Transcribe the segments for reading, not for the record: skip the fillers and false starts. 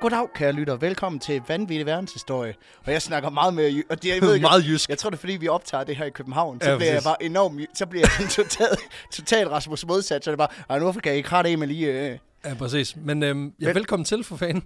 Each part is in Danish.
goddag, kære lytter. Velkommen til Vanvittig Verdenshistorie. Og jeg snakker meget mere og det, jeg ved ikke, meget jysk. Jeg tror, det er, fordi vi optager det her i København. Så bliver jeg bare enormt så bliver jeg totalt Rasmus modsat. Så det er bare, hvorfor kan jeg ikke rette af med lige... Ja, præcis. Men velkommen til, for fanden.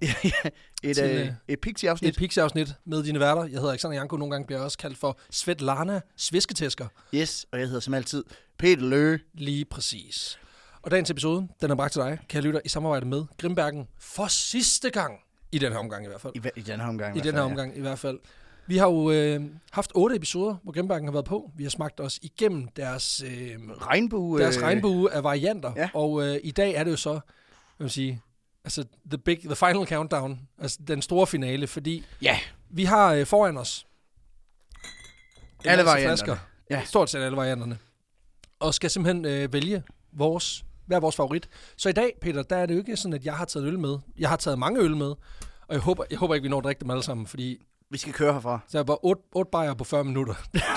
Et Pixie-afsnit. Et Pixie-afsnit med dine værter. Jeg hedder Alexander Janko. Nogle gange bliver jeg også kaldt for Svetlana Svisketæsker. Yes, og jeg hedder som altid Peter Løge. Lige præcis. Og dagens episode, den er bragt til dig, kære lytter, i samarbejde med Grimbergen for sidste gang. I den her omgang i hvert fald. I den her omgang. I den her omgang i hvert fald. Vi har jo haft 8 episoder, hvor Grimbergen har været på. Vi har smagt os igennem deres regnbue af varianter. Ja. Og i dag er det jo så, hvad man sige, altså the final countdown, altså den store finale, fordi vi har foran os alle varianterne. Ja. Stort set alle varianterne. Og skal simpelthen vælge hver vores favorit. Så i dag, Peter, der er det jo ikke sådan, at jeg har taget øl med. Jeg har taget mange øl med, og jeg håber ikke, vi når at drikke dem alle sammen, fordi... Vi skal køre herfra. Så jeg var 8 bajer på 40 minutter.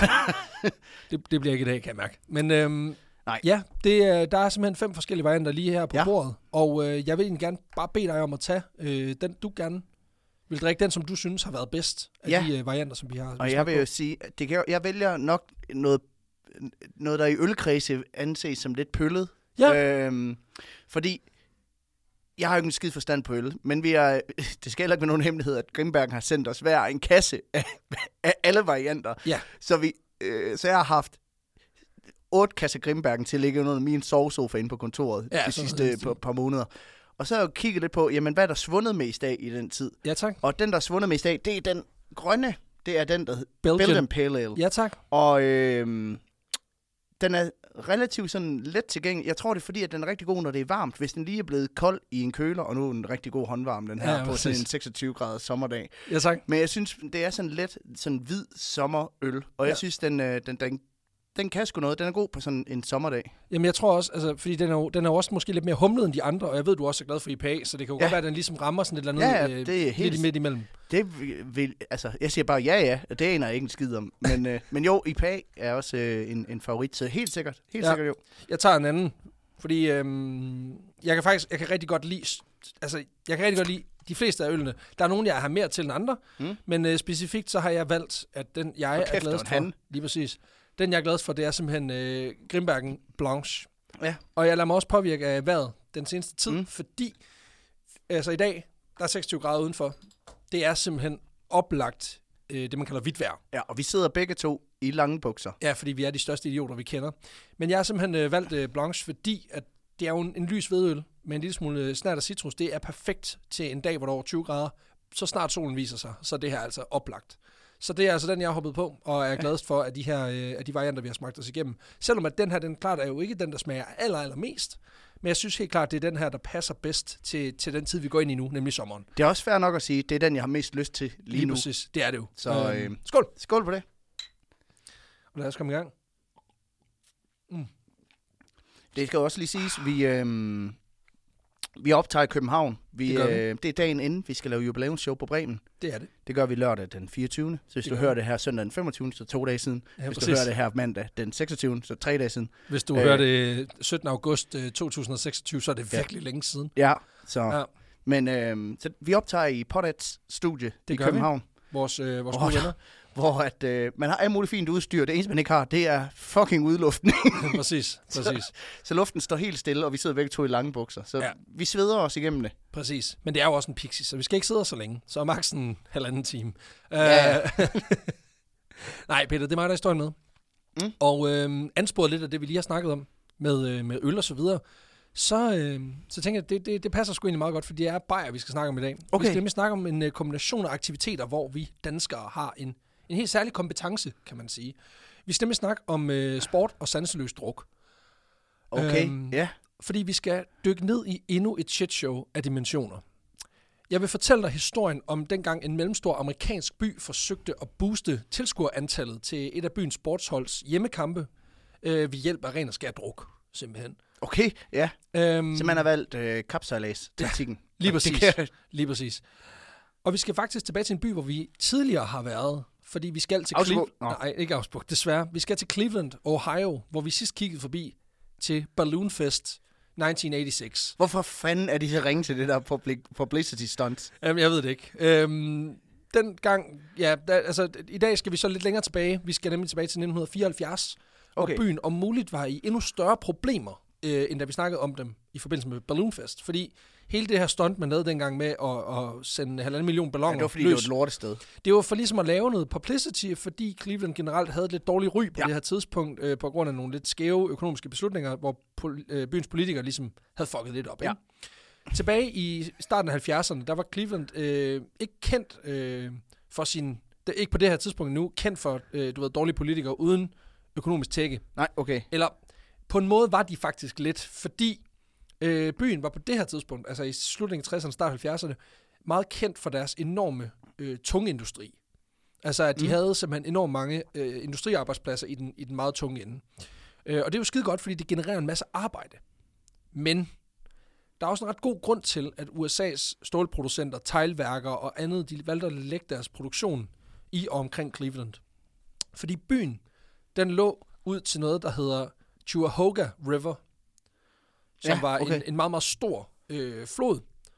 det bliver ikke i dag, kan jeg mærke. Men nej. Ja, der er simpelthen 5 forskellige varianter lige her på bordet, og jeg vil egentlig gerne bare bede dig om at tage den, du gerne vil drikke, den, som du synes har været bedst af de varianter, som vi har. Og jeg vil jo sige, jeg vælger nok noget, der i ølkredse anses som lidt pøllet. Ja. Fordi jeg har jo ikke en skid forstand på øl, men det skal heller ikke være nogen hemmelighed, at Grimbergen har sendt os hver en kasse af alle varianter. Ja. Så jeg har haft 8 kasser Grimbergen til at ligge under min sovesofa inde på kontoret de sidste par måneder. Og så har jeg jo kigget lidt på, jamen, hvad er der svundet mest af i den tid? Ja, tak. Og den, der er svundet mest af, det er den grønne. Det er den, der hedder Belgian Pale Ale. Ja, tak. Og den er relativt sådan let tilgængelig. Jeg tror, det er fordi, at den er rigtig god, når det er varmt. Hvis den lige er blevet kold i en køler, og nu er den rigtig god håndvarm, den her, på sådan en 26 grader sommerdag. Ja, tak. Men jeg synes, det er sådan let, sådan hvid sommerøl. Og jeg synes, den kan sgu noget. Den er god på sådan en sommerdag. Jamen, jeg tror også, altså, fordi den er også måske lidt mere humlet end de andre, og jeg ved, du også er glad for IPA, så det kan jo godt være, at den ligesom rammer sådan et eller andet det er lidt midt imellem. Det vil, altså, jeg siger bare det aner jeg ikke en skid om. Men jo, IPA er også en favorit, så helt sikkert jo. Jeg tager en anden, fordi jeg kan rigtig godt lide, de fleste af ølene. Der er nogle, jeg har mere til end andre, men specifikt så har jeg valgt, at den, jeg er gladest for, lige præcis. Den, jeg er glad for, det er simpelthen Grimbergen Blanche. Ja. Og jeg lader mig også påvirke af vejret den seneste tid, fordi altså i dag, der er 26 grader udenfor. Det er simpelthen oplagt det, man kalder hvidt vejr. Ja, og vi sidder begge to i lange bukser. Ja, fordi vi er de største idioter, vi kender. Men jeg har simpelthen valgt Blanche, fordi at det er jo en lys hvedøl med en lille smule snert af citrus. Det er perfekt til en dag, hvor der er over 20 grader. Så snart solen viser sig, så er det her altså oplagt. Så det er altså den, jeg har hoppet på, og er gladest for af de varianter, vi har smagt os igennem. Selvom at den her, den klart er jo ikke den, der smager allermest. Men jeg synes helt klart, det er den her, der passer bedst til den tid, vi går ind i nu, nemlig sommeren. Det er også fair nok at sige, det er den, jeg har mest lyst til lige nu. Præcis, det er det jo. Så skål! Skål på det. Og lad os komme i gang. Det skal også lige siges, vi optager i København. Det er dagen inden, vi skal lave jubilæumsshow på Bremen. Det er det. Det gør vi lørdag den 24. Så hvis du hører det her søndag den 25. så 2 dage siden. Ja, hvis du hører det her mandag den 26. så 3 dage siden. Hvis du hører det 17. august 2026, så er det virkelig længe siden. Ja, så. Men så vi optager i Podats studie i København. Vores gode venner. Hvor man har alt muligt fint udstyr. Det eneste, man ikke har, det er fucking udluftning. Præcis. Så luften står helt stille, og vi sidder begge to i lange bukser. Så vi sveder os igennem det. Præcis. Men det er jo også en pixie, så vi skal ikke sidde så længe. Så maks en halvanden time. Nej, Peter, det er mig, der er historien med. Og ansporet lidt af det, vi lige har snakket om, med øl og så videre. Så tænker jeg, at det passer sgu egentlig meget godt, for det er bajer, vi skal snakke om i dag. Okay. Vi skal nemlig snakke om en kombination af aktiviteter, hvor vi danskere har en helt særlig kompetence, kan man sige. Vi skal nemlig snakke om sport og sanseløs druk. Okay, Fordi vi skal dykke ned i endnu et shitshow af dimensioner. Jeg vil fortælle dig historien om dengang en mellemstor amerikansk by forsøgte at booste tilskuerantallet til et af byens sportsholds hjemmekampe ved hjælp af ren og skær druk, simpelthen. Okay, ja. Så man har valgt kapsejlads-taktikken. Lige præcis. Og vi skal faktisk tilbage til en by, hvor vi tidligere har været, fordi vi skal til Cleveland. Nej, ikke Augsburg, desværre. Vi skal til Cleveland, Ohio, hvor vi sidst kiggede forbi til Balloon Fest 1986. Hvorfor fanden er de så ringe til det der publicity stunts? Jeg ved det ikke. Den gang, i dag skal vi så lidt længere tilbage. Vi skal nemlig tilbage til 1974, hvor byen om muligt var i endnu større problemer, end da vi snakkede om dem i forbindelse med Balloonfest. Fordi hele det her stunt, man lavede dengang med at sende 1,5 million balloner det var fordi, det var et lortested. Det var for ligesom at lave noget publicity, fordi Cleveland generelt havde et lidt dårligt ry på det her tidspunkt, på grund af nogle lidt skæve økonomiske beslutninger, hvor byens politikere ligesom havde fucket lidt op. Ja. Tilbage i starten af 70'erne, der var Cleveland ikke kendt for sin... Ikke på det her tidspunkt nu, kendt for dårlige politikere uden økonomisk tække. Nej, okay. Eller på en måde var de faktisk lidt, fordi byen var på det her tidspunkt, altså i slutningen af 60'erne, start 70'erne, meget kendt for deres enorme tungindustri. Altså at de havde simpelthen enormt mange industriarbejdspladser i den meget tunge ende. Og det er jo skide godt, fordi det genererer en masse arbejde. Men der er også en ret god grund til, at USA's stålproducenter, teglværker og andet, de valgte at lægge deres produktion i og omkring Cleveland. Fordi byen, den lå ud til noget, der hedder Cuyahoga River, som var en meget, meget stor flod.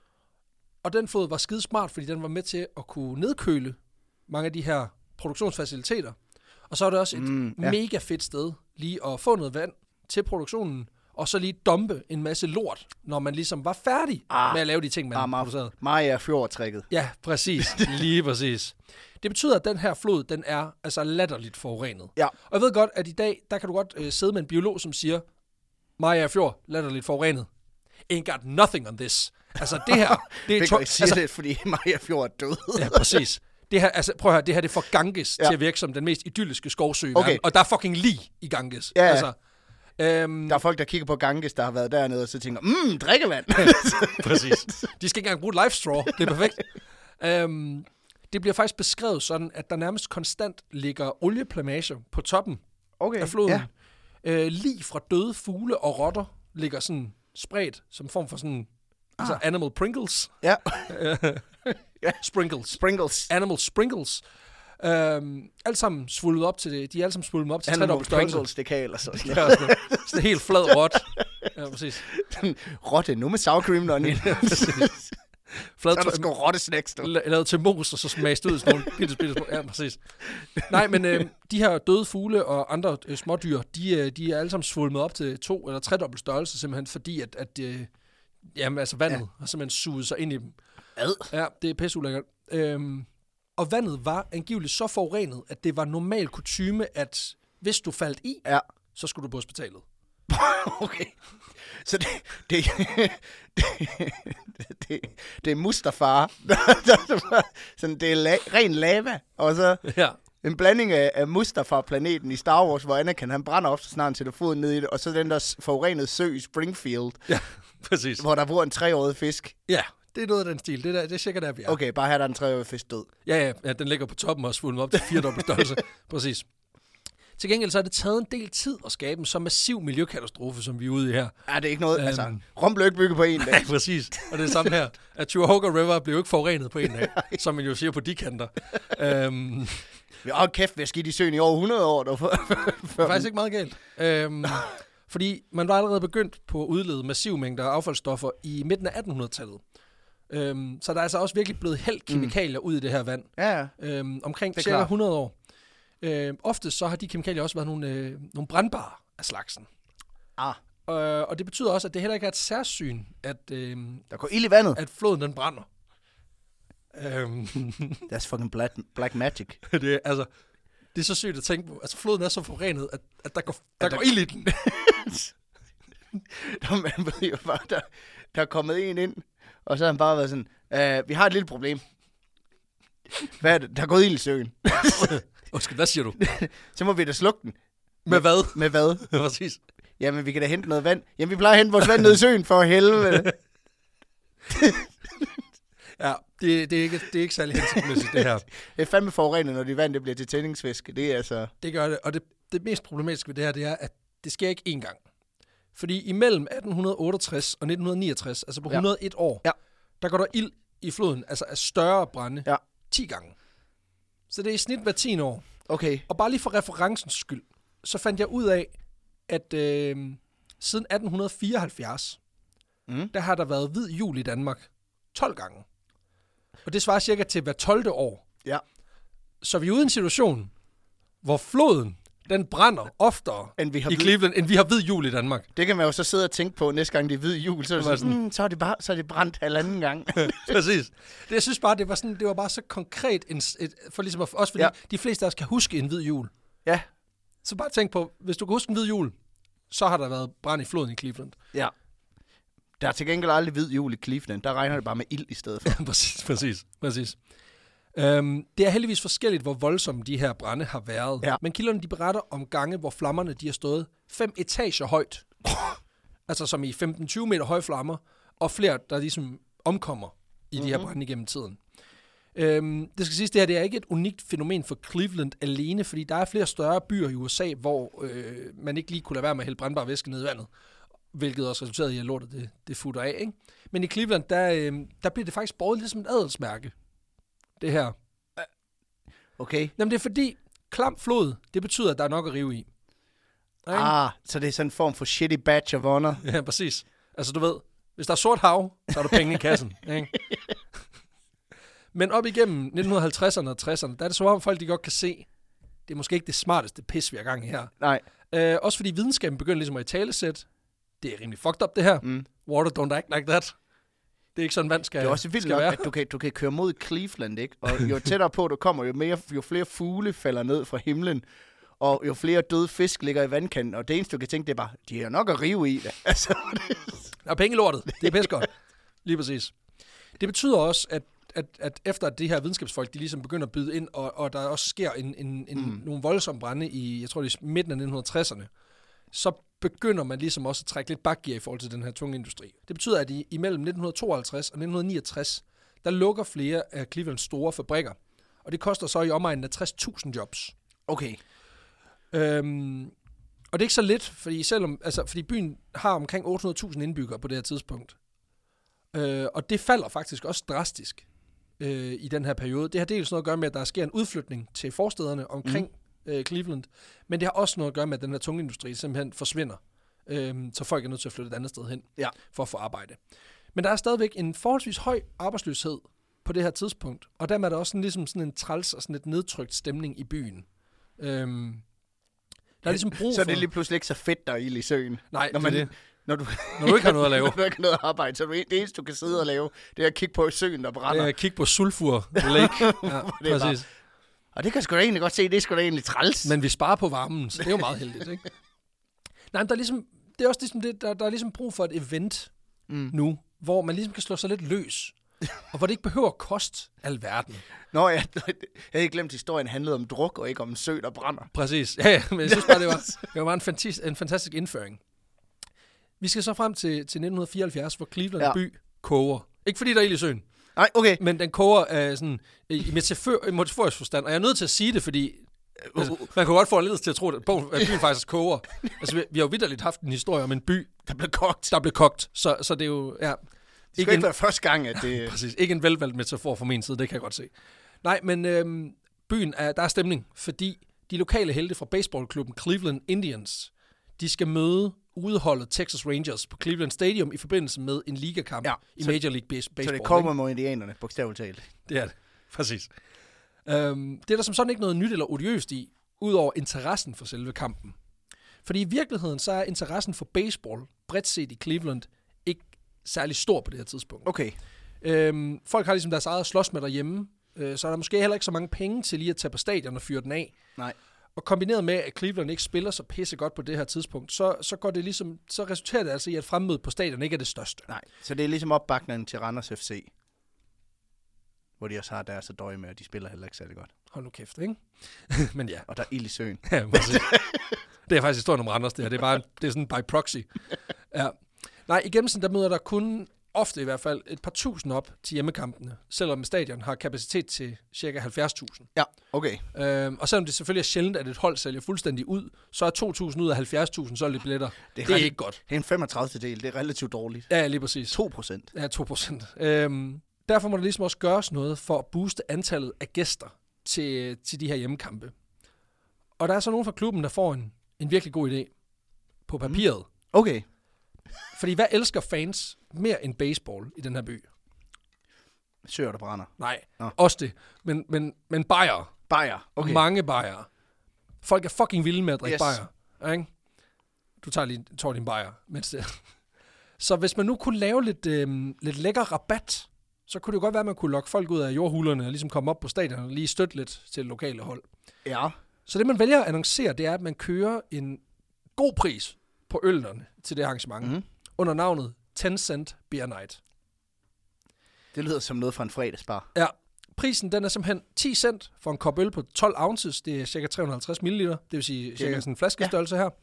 Og den flod var skide smart, fordi den var med til at kunne nedkøle mange af de her produktionsfaciliteter. Og så er det også et mega fedt sted lige at få noget vand til produktionen, og så lige dumpe en masse lort, når man ligesom var færdig med at lave de ting, man producerede. Maja Fjord-trækket. Ja, præcis. Lige præcis. Det betyder, at den her flod, den er altså latterligt forurenet. Ja. Og jeg ved godt, at i dag, der kan du godt sidde med en biolog, som siger, Maja Fjord, latterligt forurenet. Ain't got nothing on this. Altså det her... det er ikke sige det, fordi Maja Fjord er død. Ja, præcis. Det her, altså, prøv at høre, det her det får Ganges til at virke som den mest idylliske skovsø i verden. Og der er fucking lig i Ganges. Ja, ja. Altså, der er folk, der kigger på Ganges, der har været dernede, og så tænker, drikkevand. Præcis. De skal ikke engang bruge et life straw. Det er perfekt. Det bliver faktisk beskrevet sådan, at der nærmest konstant ligger olieplamage på toppen af floden. Ja. Lig fra døde fugle og rotter ligger sådan spredt som form for sådan altså animal Pringles. Ja. Sprinkles. Animal sprinkles. Alt sammen svulmet op til det. De er alle sammen svulmet op til tredobbelt størrelse. Pringles, det kan eller sådan. Ja, sådan helt flad rot. Ja, præcis. Rotte, nu med sour cream og onion. Så er der sgu rottesnacks, du. Lavet til mos, og så smagst ud sådan nogle bitte. Ja, præcis. Nej, men de her døde fugle og andre smådyr, de er alle sammen svulmet op til 2- eller 3-dobbelt størrelse, simpelthen fordi, at vandet har simpelthen suget sig ind i dem. Ja, det er pisseulækkert. Og vandet var angiveligt så forurenet, at det var normal kutyme, at hvis du faldt i, så skulle du på hospitalet. Okay. Så det er Mustafar. Sådan, det er ren lava. Og så en blanding af Mustafar-planeten i Star Wars, hvor Anakin han brænder op så snart han sætter foden ned i det. Og så den der forurenede sø i Springfield. Ja, præcis. Hvor der bor en 3-årig fisk. Ja, det er noget af den stil. Det er sikkert der, vi er. Okay, bare her der er en 3-årig fisk død. Ja, den ligger på toppen og svulmet op til 4-dobbelt størrelse. Præcis. Til gengæld så har det taget en del tid at skabe en så massiv miljøkatastrofe, som vi er ude i her. Ja, det er ikke noget, Rom blev ikke bygget på en dag. Nej, præcis. Og det er samme her. At Cuyahoga River blev ikke forurenet på en dag, som man jo siger på de kanter. Kæft, vi har skidt i søen i over 100 år. Det er faktisk ikke meget galt. Fordi man var allerede begyndt på at udlede massive mængder af affaldsstoffer i midten af 1800-tallet. Så der er altså også virkelig blevet hældt kemikalier ud i det her vand. Ja. Omkring cirka 100 år. Ofte så har de kemikalier også været nogle brandbare af slagsen. Og det betyder også, at det heller ikke er et særsyn, at der går ild i vandet. At floden den brænder. That's fucking black magic. Det er så sygt at tænke på. Altså floden er så forurenet, at der går ild i den. Man ved jo bare, der er kommet en ind, og så har han bare været sådan, vi har et lille problem. Hvad er det? Der er gået ild i søen. Hvad siger du? Så må vi da slukke den. Med hvad? Med hvad? Præcis. Jamen, vi kan da hente noget vand. Jamen, vi plejer at hente vores vand ned i søen, for helvede. Ja, det er ikke særlig hensigtsmæssigt, det her. Det er fandme forurenet, når det vand det bliver til tændingsfisk. Det er altså... Det gør det, og det mest problematiske ved det her, det er, at det sker ikke én gang. Fordi imellem 1868 og 1969, altså på 101 år, der går der ild i floden, altså af større brande, 10 gange. Så det er i snit hver 10 år. Okay. Og bare lige for referencens skyld, så fandt jeg ud af, at siden 1874, der har der været hvid jul i Danmark 12 gange. Og det svarer cirka til hver 12. år. Ja. Så vi er ude i en situation, hvor floden, den brænder oftere i Cleveland, end vi har hvid jul i Danmark. Det kan man jo så sidde og tænke på næste gang det er hvid jul, så er det brændt halvanden gang. Præcis. Jeg synes bare, det var bare så konkret, for ligesom også fordi de fleste af os kan huske en hvid jul. Ja. Så bare tænk på, hvis du kan huske en hvid jul, så har der været brand i floden i Cleveland. Ja. Der er til gengæld aldrig hvid jul i Cleveland. Der regner det bare med ild i stedet for. Præcis. Det er heldigvis forskelligt, hvor voldsomme de her brande har været. Ja. Men kilderne, de beretter om gange, hvor flammerne de har stået 5 etager højt. Altså som i 15-20 meter høje flammer, og flere, der ligesom omkommer i de her brande igennem tiden. Det skal siges, det her det er ikke et unikt fænomen for Cleveland alene, fordi der er flere større byer i USA, hvor man ikke lige kunne lade være med at hælde brandbar væske ned i vandet, hvilket også resulterede i, at lortet det futter af. Ikke? Men i Cleveland, der bliver det faktisk båret lidt som et adelsmærke, det her. Okay. Jamen det er fordi, klam flod, det betyder, at der er nok at rive i. Okay? Så det er sådan en form for shitty badge of honor. Ja, præcis. Altså du ved, hvis der er sort hav, så er der penge i kassen. Ikke? Men op igennem 1950'erne og 60'erne, der er det så om folk, de godt kan se, det er måske ikke det smarteste pis, vi har gang i her. Nej. Også fordi videnskaben begynder ligesom at italesætte, det er rimelig fucked up det her. Water don't act like that. Det er ikke sådan, vand skal være. Det er også vildt nok, at du kan køre mod Cleveland, ikke? Og jo tættere på du kommer, jo flere fugle falder ned fra himlen, og jo flere døde fisk ligger i vandkanten, og det eneste, du kan tænke, det er bare, de har nok at rive i det. Altså, der er penge i lortet. Det er pisse godt. Lige præcis. Det betyder også, at efter at de her videnskabsfolk, de ligesom begynder at byde ind, og der også sker nogle voldsomme brande i, jeg tror det er midten af 1960'erne, så begynder man ligesom også at trække lidt bakgear i forhold til den her tunge industri. Det betyder, at imellem 1952 og 1969, der lukker flere af Clevelands store fabrikker. Og det koster så i omegnen af 60.000 jobs. Okay. Og det er ikke så lidt, fordi byen har omkring 800.000 indbyggere på det her tidspunkt. Og det falder faktisk også drastisk i den her periode. Det har dels noget at gøre med, at der sker en udflytning til forstederne omkring Cleveland, men det har også noget at gøre med, at den her tunge industri simpelthen forsvinder, så folk er nødt til at flytte et andet sted hen for at få arbejde. Men der er stadigvæk en forholdsvis høj arbejdsløshed på det her tidspunkt, og dermed er der også ligesom sådan en træls og sådan et nedtrykt stemning i byen. Der er ligesom brug så er det lige pludselig ikke så fedt, der er ild i søen. Nej, når du ikke har noget at lave. Når du ikke har noget at arbejde, så det eneste, du kan sidde og lave, det er at kigge på søen, der brænder. Det er at kigge på Sulfur Lake. Ja, præcis. Og det kan sgu da egentlig godt se, det er sgu da egentlig træls. Men vi sparer på varmen, så det er jo meget heldigt, ikke? Nej, men det er også ligesom det, der er ligesom brug for et event nu, hvor man ligesom kan slå sig lidt løs, og hvor det ikke behøver at koste alverden. Nå ja, jeg havde glemt, historien handlede om druk, og ikke om en sø, der brænder. Præcis, ja, men jeg synes bare, det var en fantastisk indføring. Vi skal så frem til 1974, hvor Cleveland by koger. Ikke fordi der er ild i søen. Nej, okay. Men den koger sådan i metaforisk forstand. Og jeg er nødt til at sige det, fordi man kan godt få en ledelse til at tro, at byen faktisk koger. Altså, vi har jo vitterligt haft en historie om en by, der blev kogt. Så det er jo... Ja, det skal ikke være første gang, at det... Præcis. Ikke en velvalgt metafor fra min side, det kan jeg godt se. Nej, men byen, der er stemning, fordi de lokale helte fra baseballklubben Cleveland Indians, de skal møde udeholdet Texas Rangers på Cleveland Stadium i forbindelse med en ligakamp i Major League Baseball. Så det kommer mod indianerne, bogstaveligt talt. Det er det, præcis. Det er der som sådan ikke noget nyt eller odiøst i, udover interessen for selve kampen. Fordi i virkeligheden, så er interessen for baseball, bredt set i Cleveland, ikke særlig stor på det her tidspunkt. Okay. Folk har ligesom deres eget slås med derhjemme, så er der måske heller ikke så mange penge til lige at tage på stadion og fyre den af. Nej. Og kombineret med, at Cleveland ikke spiller så pisse godt på det her tidspunkt, så går det ligesom, så resulterer det altså i, at fremmødet på stadion ikke er det største. Nej, så det er ligesom opbakningen til Randers FC, hvor de også har deres at døje med, og de spiller heller ikke særlig godt. Hold nu kæft, ikke? Men ja. Og der er ild i søen. Ja, det er faktisk historien om Randers, det her. Det er sådan by proxy. Ja. Nej, i gennemsnit, der møder der kun ofte i hvert fald et par tusind op til hjemmekampene, selvom stadion har kapacitet til ca. 70.000. Ja, okay. Og selvom det selvfølgelig er sjældent, at et hold sælger fuldstændig ud, så er 2.000 ud af 70.000 solgte billetter. Det er ikke godt. Det er en 35. del, det er relativt dårligt. Ja, lige præcis. 2%. Ja, 2%. Derfor må der ligesom også gøres noget for at booste antallet af gæster til de her hjemmekampe. Og der er så nogen fra klubben, der får en virkelig god idé på papiret. Okay. Fordi hvad elsker fans mere end baseball i den her by? Søer, der brænder. Nej, også det. Men bajer. Bajer, okay. Mange bajer. Folk er fucking vilde med at drikke bajer. Ikke? Du tager din bajer, mens det. Så hvis man nu kunne lave lidt lækker rabat, så kunne det godt være, at man kunne lokke folk ud af jordhulerne og ligesom komme op på stadion og lige støtte lidt til det lokale hold. Ja. Så det, man vælger at annoncere, det er, at man kører en god pris på ølene til det arrangement, under navnet 10 Cent Beer Night. Det lyder som noget fra en fredagsbar. Ja, prisen den er simpelthen 10 cent for en kop øl på 12 ounces. Det er cirka 350 milliliter, det vil sige cirka sådan en flaskestørrelse her.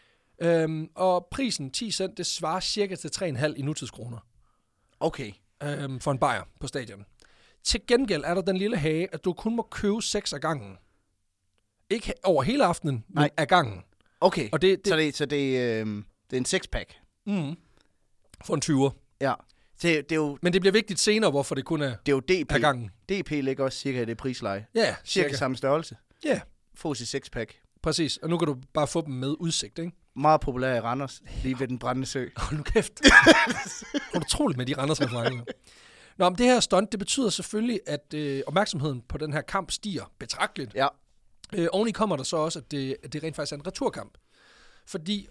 Og prisen 10 cent, det svarer cirka til 3,5 i nutidskroner. Okay. For en bajer på stadion. Til gengæld er der den lille hage, at du kun må købe 6 af gangen. Ikke over hele aftenen, men af gangen. Okay, og så det er en 6-pack? For en 20'er. Ja. Det er jo, men det bliver vigtigt senere, hvorfor det kun er DP. af gangen. DP ligger også cirka i det prisleje. Ja, cirka samme størrelse. Ja. Fås i 6-pack. Præcis, og nu kan du bare få dem med udsigt, ikke? Meget populær i Randers, lige ved den brændende sø. Hold nu kæft. Hvor utroligt med de Randers-referencer. Nå, men det her stunt, det betyder selvfølgelig, at opmærksomheden på den her kamp stiger betragteligt. Ja. Oveni kommer der så også, at det rent faktisk er en returkamp. Fordi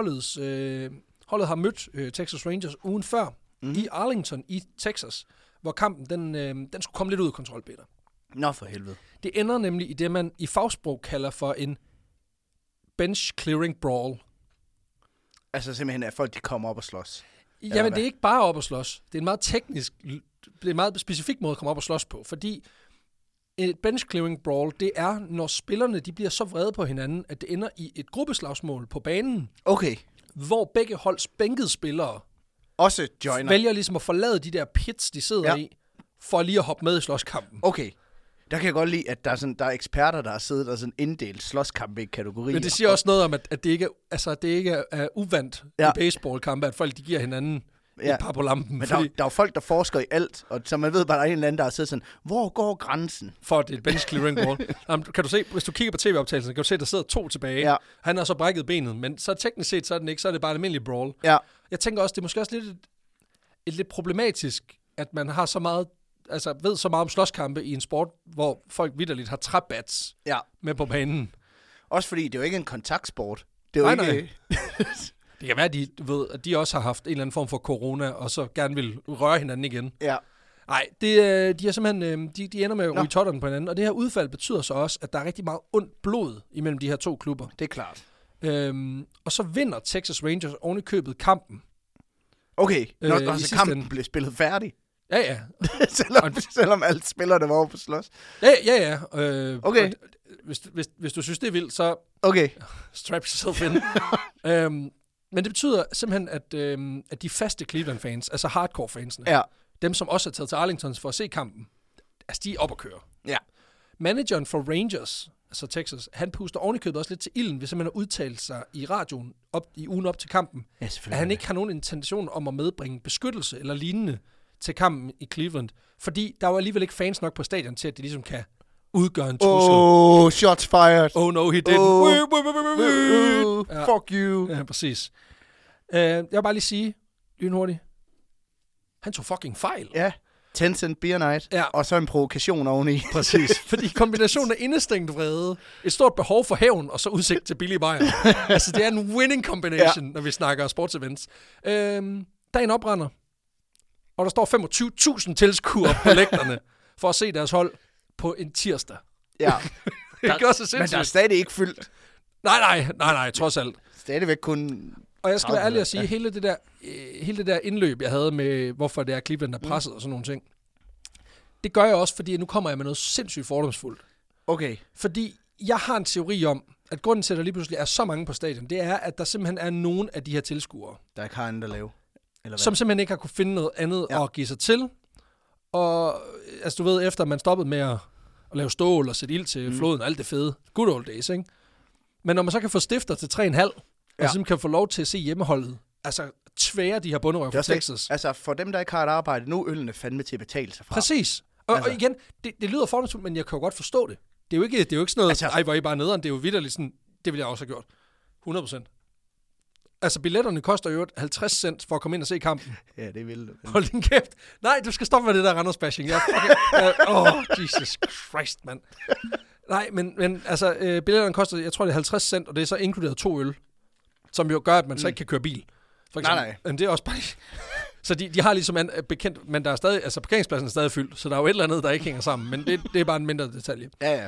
holdet har mødt Texas Rangers ugen før i Arlington i Texas, hvor kampen den skulle komme lidt ud af kontrol, Peter. Nå for helvede. Det ender nemlig i det, man i fagsprog kalder for en bench clearing brawl. Altså simpelthen, at folk de kommer op og slås? Jamen, det er ikke bare op og slås. Det er en meget teknisk, det er en meget specifik måde at komme op og slås på, fordi et bench clearing brawl, det er, når spillerne de bliver så vrede på hinanden, at det ender i et gruppeslagsmål på banen. Okay. Hvor begge holds bænkede spillere også joiner. Vælger ligesom at forlade de der pits, de sidder i, for lige at hoppe med i slåskampen. Okay. Der kan jeg godt lide, at der er eksperter, der har siddet og sådan inddelt slåskampe i kategorier. Men det siger også noget om, at det ikke er uvandt i baseballkampe, at folk de giver hinanden et par på lampen. Men der er jo folk, der forsker i alt, og så man ved bare, at der er en eller anden, der har siddet sådan, hvor går grænsen? For det er et bench clearing ball. Kan du se, hvis du kigger på tv-optagelsen, kan du se, at der sidder 2 tilbage. Ja. Han har så brækket benet, men så teknisk set, så er den ikke, så er det bare en almindelig brawl. Ja. Jeg tænker også, det er måske også lidt problematisk, at man har så meget, altså ved så meget om slåskampe i en sport, hvor folk vitterligt har træbats med på banen. Også fordi det er jo ikke en kontaktsport. Det er jo ikke... Det kan være, at de også har haft en eller anden form for corona, og så gerne vil røre hinanden igen. Ja. Nej, de er simpelthen, de ender med at ryge totterne på hinanden, og det her udfald betyder så også, at der er rigtig meget ondt blod imellem de her 2 klubber. Det er klart. Og så vinder Texas Rangers oven i købet kampen. Okay, så kampen blev spillet færdig. Ja. selvom alle spillerne var over på slås. Ja. Okay. Hvis du synes, det er vildt, så strap yourself in. Men det betyder simpelthen, at de faste Cleveland-fans, altså hardcore-fansene, dem som også er taget til Arlington for at se kampen, altså de er op at køre. Ja. Manageren for Rangers, altså Texas, han puster ovenikøbet også lidt til ilden, hvis han har udtalt sig i radioen i ugen op til kampen, at han ikke har nogen intention om at medbringe beskyttelse eller lignende til kampen i Cleveland, fordi der var alligevel ikke fans nok på stadion til, at de ligesom kan udgøre en trussel. Shots fired. Oh no, he didn't. Fuck you. Ja, præcis. Jeg vil bare lige sige, lynhurtigt, han tog fucking fejl. Ja. 10 Cent Beer Night, og så en provokation oveni. Præcis, fordi kombinationen af indestængt vrede, et stort behov for hævn, og så udsigt til billige bajer. Altså, det er en winning combination, når vi snakker sportsevents. Dagen oprænder, og der står 25.000 tilskuere på lægterne for at se deres hold på en tirsdag. Ja. Det gør så sindssygt. Men der er stadig ikke fyldt. Nej, trods alt. Stadigvæk kun... Og jeg skal være ærlig at sige, hele det der indløb, jeg havde med, hvorfor det er Cleveland, der presset og sådan nogle ting, det gør jeg også, fordi nu kommer jeg med noget sindssygt fordomsfuldt. Okay. Fordi jeg har en teori om, at grunden til, at der lige pludselig er så mange på stadion, det er, at der simpelthen er nogen af de her tilskuere, der ikke har andet at lave. Eller hvad? Som simpelthen ikke har kunne finde noget andet at give sig til. Og altså du ved, efter man stoppede med at lave stål og sætte ild til floden og alt det fede, good old days, ikke? Men når man så kan få stifter til 3,5, og simpelthen kan få lov til at se hjemmeholdet, altså tvære de her bunderøv fra Texas. Altså for dem, der ikke har et arbejde, nu er ølene fandme til at betale sig fra. Præcis. Og igen, det lyder fordomsfuldt, men jeg kan jo godt forstå det. Det er jo ikke sådan noget, hvor I bare nederen. Det er jo vitterligt sådan, det ville jeg også have gjort. 100%. Altså, billetterne koster jo 50 cent for at komme ind og se kampen. Ja, det vil det. Hold din kæft. Nej, du skal stoppe med det der Randers-bashing. Jesus Christ, mand. Nej, men altså, billetterne koster, jeg tror, det er 50 cent, og det er så inkluderet 2 øl, som jo gør, at man så ikke kan køre bil. For eksempel. Nej. Men det er også bare... Så de har ligesom bekendt, men der er stadig, altså parkeringspladsen er stadig fyldt, så der er jo et eller andet, der ikke hænger sammen, men det er bare en mindre detalje. Ja.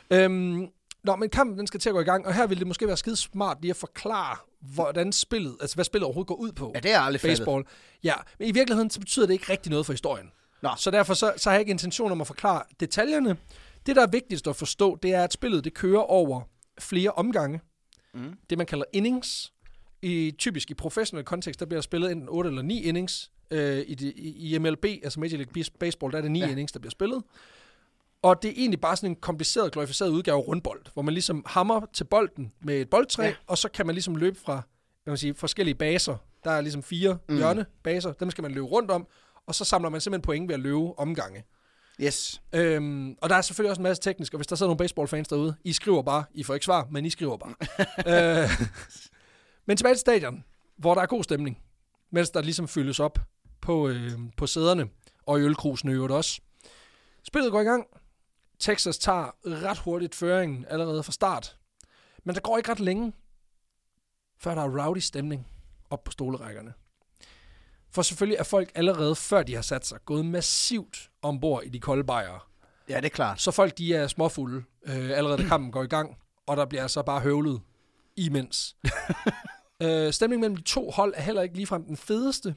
Men kampen, den skal til at gå i gang, og her vil det måske være skide smart lige at forklare, hvordan spillet, altså hvad spillet overhovedet går ud på. Ja, det er aldrig baseball. Ja, men i virkeligheden så betyder det ikke rigtig noget for historien. Nå. Så derfor så har jeg ikke intention om at forklare detaljerne. Det, der er vigtigst at forstå, det er, at spillet det kører over flere omgange. Det, man kalder innings. Typisk i professionel kontekst, der bliver spillet enten 8 eller 9 innings. I MLB, altså Major League Baseball, der er det 9 innings, der bliver spillet. Og det er egentlig bare sådan en kompliceret, glorificeret udgave af rundbold, hvor man ligesom hammer til bolden med et boldtræ, og så kan man ligesom løbe fra forskellige baser. Der er ligesom 4 hjørnebaser, dem skal man løbe rundt om, og så samler man simpelthen point ved at løbe omgange. Yes. Og der er selvfølgelig også en masse teknisk, og hvis der sidder nogle baseballfans derude, I skriver bare, I får ikke svar, men I skriver bare. Men tilbage til stadion, hvor der er god stemning, mens der ligesom fyldes op på sæderne, og i ølkrusen øvrigt også. Spillet går i gang. Texas tager ret hurtigt føringen allerede fra start. Men der går ikke ret længe, før der er rowdy stemning op på stolerækkerne. For selvfølgelig er folk allerede, før de har sat sig, gået massivt ombord i de kolde bajere. Ja, det er klart. Så folk, de er småfulde, allerede da kampen går i gang, og der bliver altså bare høvlet imens. Stemningen mellem de to hold er heller ikke ligefrem den fedeste.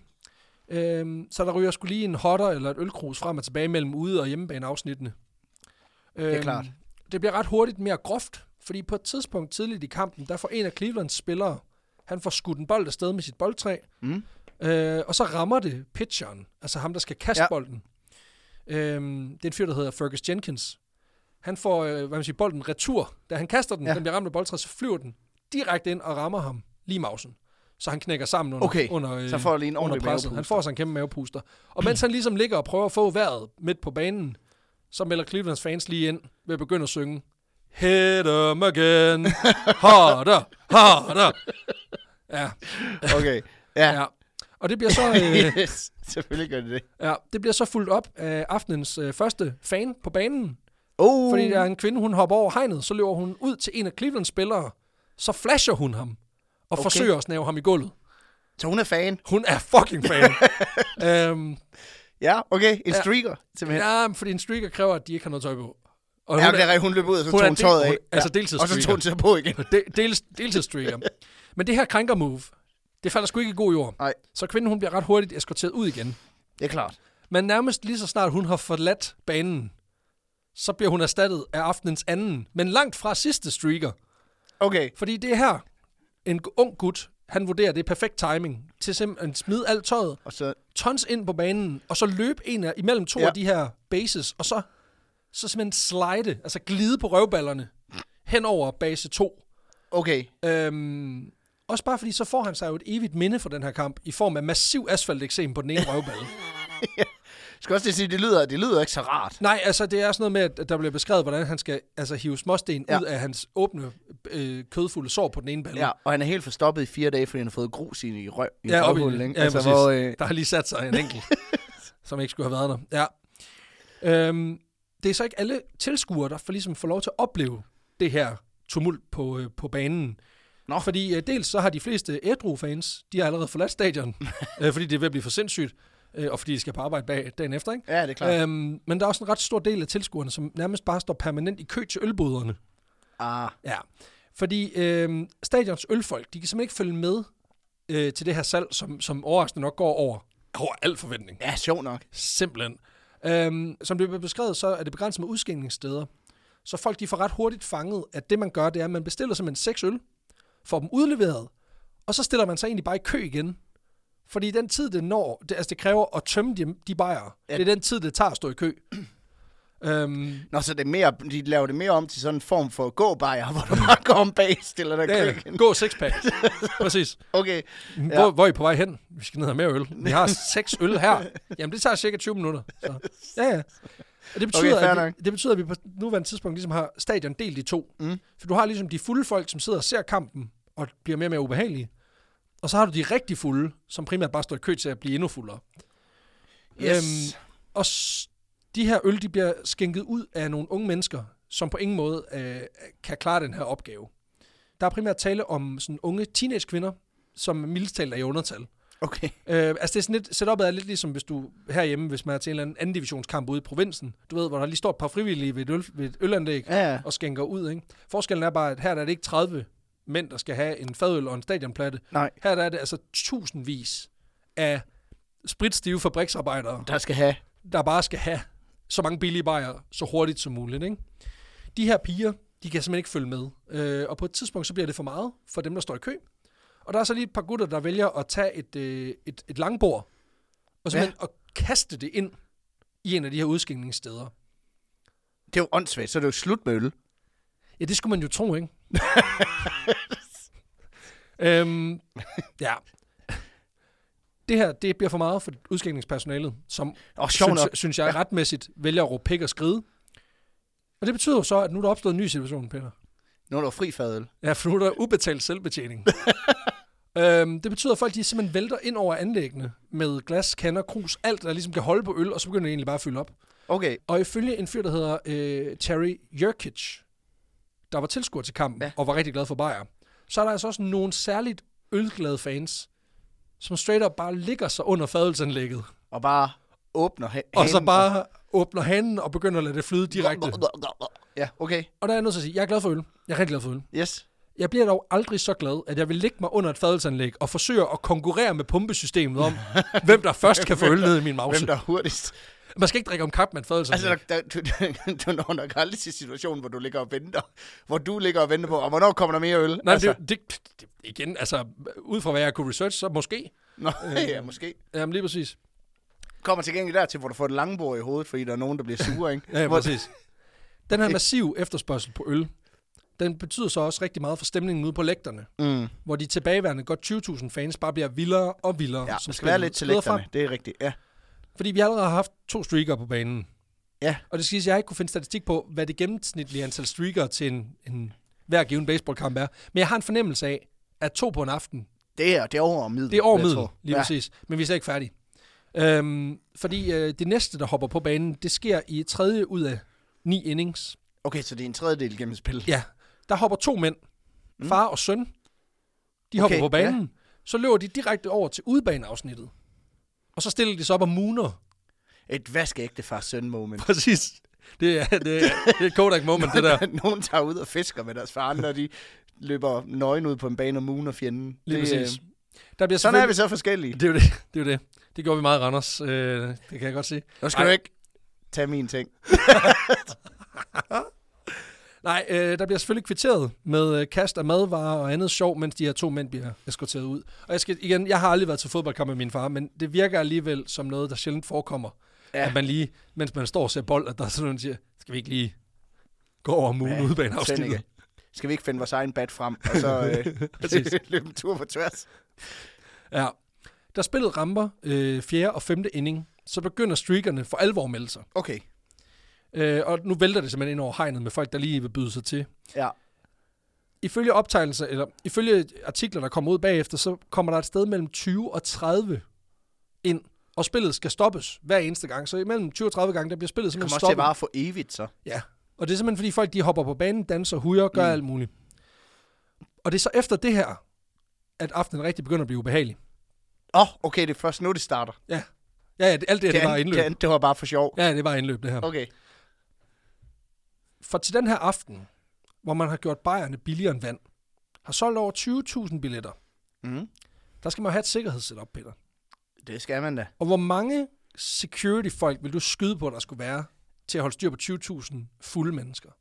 Så der ryger sgu lige en hotter eller et ølkrus frem og tilbage mellem ude- og hjemmebaneafsnittene. Det er klart. Det bliver ret hurtigt mere groft, fordi på et tidspunkt tidligt i kampen, der får en af Clevelands spillere, han får skudt en bold afsted med sit boldtræ, og så rammer det pitcheren, altså ham, der skal kaste bolden. Det er en fyr, der hedder Fergus Jenkins. Han får bolden retur. Da han kaster den, den bliver ramt af boldtræet, så flyver den direkte ind og rammer ham lige i mausen. Så han knækker sammen under så får lige en ordentlig presset. Han får sig en kæmpe mavepuster. Og mens han ligesom ligger og prøver at få vejret midt på banen, så melder Clevelands fans lige ind ved at begynde at synge Hit 'em again. Harder, harder. Ja. Okay. Ja. Og det bliver så... yes, selvfølgelig gør det. Ja, det bliver så fulgt op af aftenens første fan på banen. Fordi der er en kvinde, hun hopper over hegnet, så løber hun ud til en af Clevelands spillere, så flasher hun ham og forsøger at snæve ham i gulvet. Så hun er fan? Hun er fucking fan. Ja, okay. En streaker, simpelthen. Ja, fordi en streaker kræver, at de ikke har noget tøj på. Og hun løber ud, og så tog hun tøjet af. Altså deltidsstreaker. Og så tog hun sig på igen. Deltidsstreaker. Men det her krænker-move, det falder sgu ikke i god jord. Nej. Så kvinden, hun bliver ret hurtigt eskorteret ud igen. Det er klart. Men nærmest lige så snart hun har forladt banen, så bliver hun erstattet af aftenens anden, men langt fra sidste streaker. Okay. Fordi det er her, en ung gut, han vurderer, det er perfekt timing til simpelthen at smide alt tøjet, og så tons ind på banen, og så løbe imellem to af de her bases, og så simpelthen slide, altså glide på røvballerne hen over base 2. Okay. Også bare fordi, så får han sig jo et evigt minde for den her kamp, i form af massiv asfalteksem på den ene røvballe. Ja. Jeg skal også lige sige, det lyder ikke så rart. Nej, altså det er sådan noget med, at der bliver beskrevet, hvordan han skal hive småsten ud af hans åbne, kødfulde sår på den ene balle. Ja, og han er helt forstoppet i 4 dage, fordi han har fået grus i røvhullet. Ja, altså, der har lige sat sig en enkelt, som ikke skulle have været der. Ja. Det er så ikke alle tilskuere, der får lov til at opleve det her tumult på banen. Nå. Fordi dels så har de fleste ædru-fans, de har allerede forladt stadion, fordi det er ved at blive for sindssygt. Og fordi de skal på arbejde dagen efter, ikke? Ja, det er klart. Men der er også en ret stor del af tilskuerne, som nærmest bare står permanent i kø til ølboderne. Ja, fordi stadions ølfolk, de kan simpelthen ikke følge med til det her salg, som overraskende nok går over al forventning. Ja, sjov nok. Simpelthen. Som det bliver beskrevet, så er det begrænset med udskænkningssteder. Så folk, de får ret hurtigt fanget, at det man gør, det er, at man bestiller simpelthen 6 øl, får dem udleveret, og så stiller man sig egentlig bare i kø igen. Fordi den tid, det når, det kræver at tømme de bajere. Ja. Det er den tid, det tager at stå i kø. Nå, så det er mere, de laver det mere om til sådan en form for gå-bajer, hvor du bare går om bag, stiller der kø igen. Gå 6-pack. Præcis. Okay. Hvor er I på vej hen? Vi skal ned og have mere øl. Vi har 6 øl her. Jamen, det tager cirka 20 minutter. Så. Ja. Og det betyder, at vi på nuværende tidspunkt ligesom har stadion delt i 2. For du har ligesom de fulde folk, som sidder og ser kampen, og bliver mere og mere ubehagelige. Og så har du de rigtig fulde, som primært bare står i kø til at blive endnu fuldere. Yes. Og de her øl, de bliver skænket ud af nogle unge mennesker, som på ingen måde kan klare den her opgave. Der er primært tale om sådan unge teenage-kvinder, som mildest talt er i undertal. Okay. Altså det er sådan lidt, setupet er lidt ligesom, hvis du herhjemme, hvis man er til en eller anden anden divisionskamp ude i provinsen, du ved, hvor der lige står et par frivillige ved et ølanlæg og skænker ud, ikke? Forskellen er bare, at her er det ikke 30 mænd, der skal have en fadøl og en stadionplatte. Nej. Her er det altså tusindvis af spritstive fabriksarbejdere, der bare skal have så mange billige bajer så hurtigt som muligt, ikke? De her piger, de kan simpelthen ikke følge med. Og på et tidspunkt, så bliver det for meget for dem, der står i kø. Og der er så lige et par gutter, der vælger at tage et langbord, og simpelthen at kaste det ind i en af de her udskænkningssteder. Det er jo åndssvagt, så er det jo slut med øl. Ja, det skulle man jo tro, ikke? Ja. Det her, det bliver for meget for udskænkningspersonalet, som synes jeg retmæssigt vælger at råbe pik og skride. Og det betyder jo så, at nu er der opstået en ny situation, Peter. Nu er der fri fadøl. Ja, for nu er der ubetalt selvbetjening. Det betyder, at folk de simpelthen vælter ind over anlæggene med glas, kander, krus, alt, der ligesom kan holde på øl, og så begynder det egentlig bare at fylde op. Okay. Og ifølge en fyr, der hedder Terry Jurkic, der var tilskuer til kampen, og var rigtig glad for bajer, så er der altså også nogle særligt ølglade fans, som straight up bare ligger sig under fadølsanlægget. Og bare åbner hanen. Og så bare åbner hanen og begynder at lade det flyde direkte. Ja, okay. Og der er jeg nødt til at sige, jeg er glad for øl. Jeg er rigtig glad for øl. Yes. Jeg bliver dog aldrig så glad, at jeg vil ligge mig under et fadølsanlæg og forsøge at konkurrere med pumpesystemet om, hvem der først kan få øl ned i min mause. Hvem der er hurtigst. Man skal ikke drikke om kap med et fadølsanlæg. Altså, du når nok aldrig til situationen, hvor du ligger og venter. Hvor du ligger og venter på, og hvornår kommer der mere øl? Nej, altså. det igen, altså, ud fra hvad jeg kunne research, så måske. Nå, ja, måske. Jamen, lige præcis. Kommer til gengæld dertil, hvor du får et langbord i hovedet, fordi der er nogen, der bliver sure, ikke? Ja, præcis. Den her massiv efterspørgsel på øl, den betyder så også rigtig meget for stemningen ude på lægterne, hvor de tilbageværende godt 20.000 fans bare bliver vildere og vildere. Ja, som skal være lidt til lægterne, det er rigtigt, ja. Fordi vi allerede har haft 2 streakere på banen. Ja. Og det skal sige, at jeg ikke kunne finde statistik på, hvad det gennemsnitlige antal streakere til en hver given baseballkamp er. Men jeg har en fornemmelse af, at 2 på en aften... Det er over middel. Det er over middel, lige præcis. Men vi er så ikke færdige. Fordi det næste, der hopper på banen, det sker i 3. ud af 9 innings. Okay, så det er en tredjedel gennem spil. Ja. Der hopper 2 mænd, far og søn. De hopper på banen. Ja. Så løber de direkte over til udebaneafsnittet. Og så stiller de sig op og mooner. Et vaskeægte far-søn-moment. Præcis. Det er et Kodak moment, det der. Nogen tager ud og fisker med deres far, når de løber nøgen ud på en bane og mooner fjenden. Lige præcis. Der bliver sådan er vi så forskellige. Det er jo det. Det gjorde vi meget i Randers. Det kan jeg godt sige. Nu skal du ikke tage min ting. Nej, der bliver selvfølgelig kvitteret med kast af madvarer og andet sjov, mens de her 2 mænd bliver eskorteret ud. Og jeg har aldrig været til fodboldkamp med min far, men det virker alligevel som noget, der sjældent forekommer. Ja. At man lige, mens man står og ser bold, at der er sådan noget, der siger, skal vi ikke lige gå over mugen ud bag en afsnit? Skal vi ikke finde vores egen bat frem, og så løbe en tur på tværs? Ja. Da spillet ramper 4. og 5. inning, så begynder streakerne for alvor at melde sig. Okay. Og nu vælter det simpelthen ind over hegnet med folk, der lige vil byde sig til. Ja. Ifølge optegnelser, eller ifølge artikler, der kommer ud bagefter, så kommer der et sted mellem 20 og 30 ind, og spillet skal stoppes hver eneste gang. Så imellem 20 og 30 gange, der bliver spillet simpelthen stoppet. Det kommer også til at vare for evigt, så. Ja, og det er simpelthen, fordi folk de hopper på banen, danser, hujer, gør alt muligt. Og det er så efter det her, at aftenen rigtig begynder at blive ubehagelig. Okay, det er først nu, det starter. Ja, alt det var indløb. Det var bare for sjov. Ja, det var indløb, det her. Okay. For til den her aften, hvor man har gjort bajerne billigere end vand, har solgt over 20.000 billetter. Der skal man have et sikkerhedssetup, Peter. Det skal man da. Og hvor mange security-folk vil du skyde på, der skulle være til at holde styr på 20.000 fulde mennesker?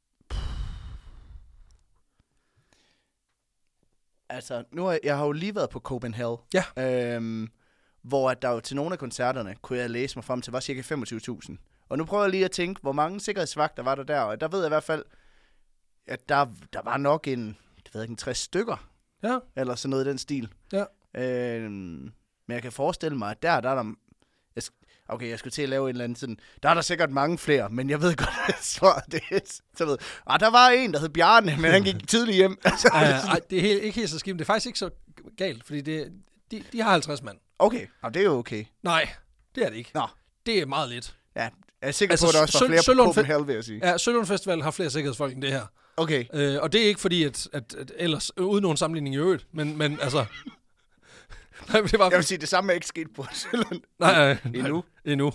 Altså, jeg har jo lige været på Copenhagen. Ja. Hvor at der jo til nogle af koncerterne, kunne jeg læse mig frem til, var cirka 25.000. Og nu prøver jeg lige at tænke, hvor mange sikkerhedsvagter var der, og der ved jeg i hvert fald, at der var nok en 60 stykker. Ja. Eller sådan noget i den stil. Ja. Men jeg kan forestille mig, at der er der... Okay, jeg skulle til at lave en eller anden sådan... Der er der sikkert mange flere, men jeg ved godt, at svaret det er... Så der var en, der hed Bjarne, men han gik tidligt hjem. Det er ikke helt så skidt. Det er faktisk ikke så galt, fordi de har 50 mand. Okay, og det er jo okay. Nej, det er det ikke. Nå. Det er meget lidt. Ja, jeg er sikker på, at der også var flere på Copenhagen, vil jeg sige. Ja, Sølund Festival har flere sikkerhedsfolk end det her. Okay. Og det er ikke fordi, at ellers, uden nogen sammenligning i øvrigt, men altså... Nej, det var... Jeg vil sige, det samme er ikke sket på Sølund. Nej. Endnu.